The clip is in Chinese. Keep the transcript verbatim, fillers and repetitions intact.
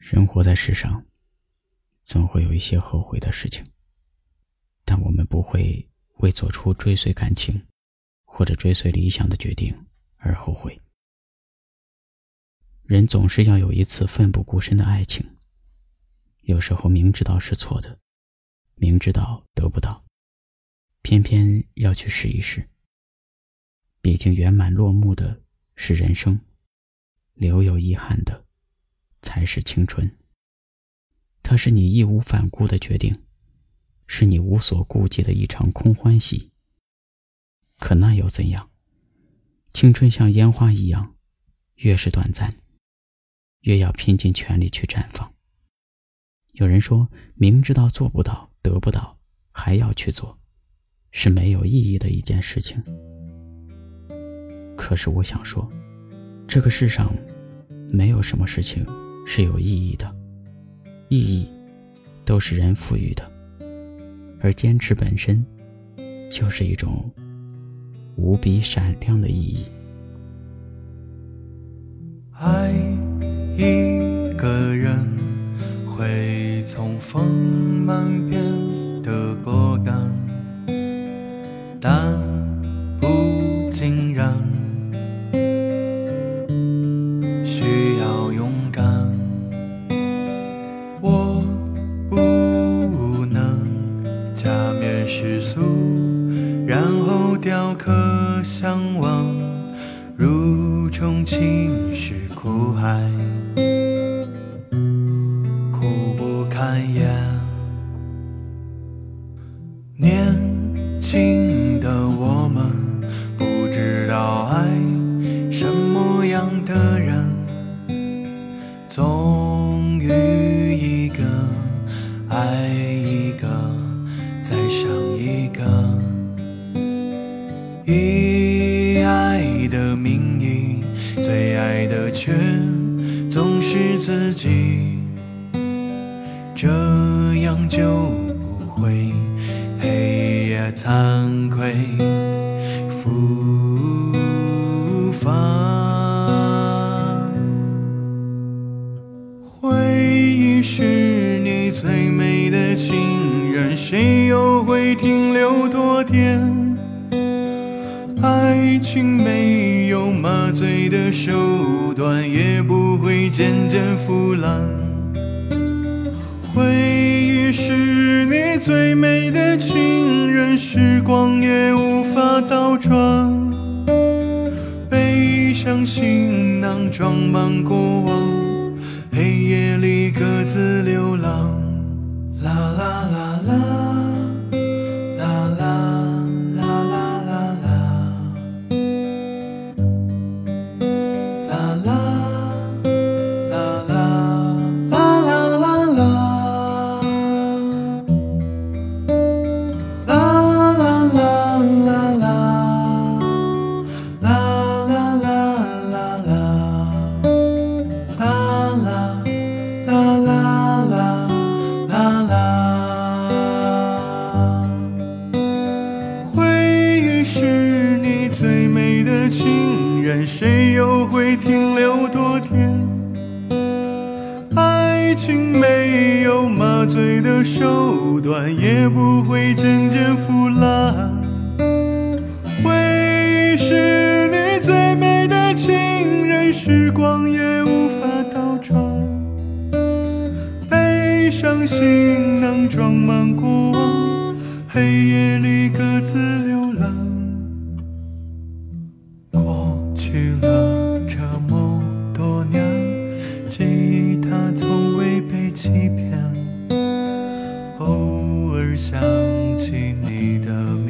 人活在世上，总会有一些后悔的事情，但我们不会为做出追随感情或者追随理想的决定而后悔。人总是要有一次奋不顾身的爱情，有时候明知道是错的，明知道得不到，偏偏要去试一试。毕竟圆满落幕的是人生，留有遗憾的才是青春。它是你义无反顾的决定，是你无所顾忌的一场空欢喜。可那又怎样？青春像烟花一样，越是短暂，越要拼尽全力去绽放。有人说，明知道做不到，得不到，还要去做，是没有意义的一件事情。可是我想说，这个世上没有什么事情是有意义的，意义都是人赋予的，而坚持本身就是一种无比闪亮的意义。 爱一个人会从风慢变得果敢，但不尽然，需要勇敢。我不能假面世俗，然后雕刻向往，如钟情时苦海，苦不堪言。年轻的我们不知道爱什么样的人，总遇一个爱一个再上一个，以爱的名义，最爱的却总是自己，这样就不会黑夜惭愧复返。回忆是你最美的情人，谁又会停留多天？爱情没有麻醉的手段，也不会渐渐腐烂。回忆是你最美的情人，时光也无法倒转。悲伤行囊装满过往，黑夜里各自流浪。啦啦啦啦。情人谁又会停留多天？爱情没有麻醉的手段，也不会渐渐腐烂。回忆是你最美的情人，时光也无法倒转。悲伤行囊装满过往，黑夜里各自流浪。过去了这么多年，记忆它从未被欺骗，偶尔想起你的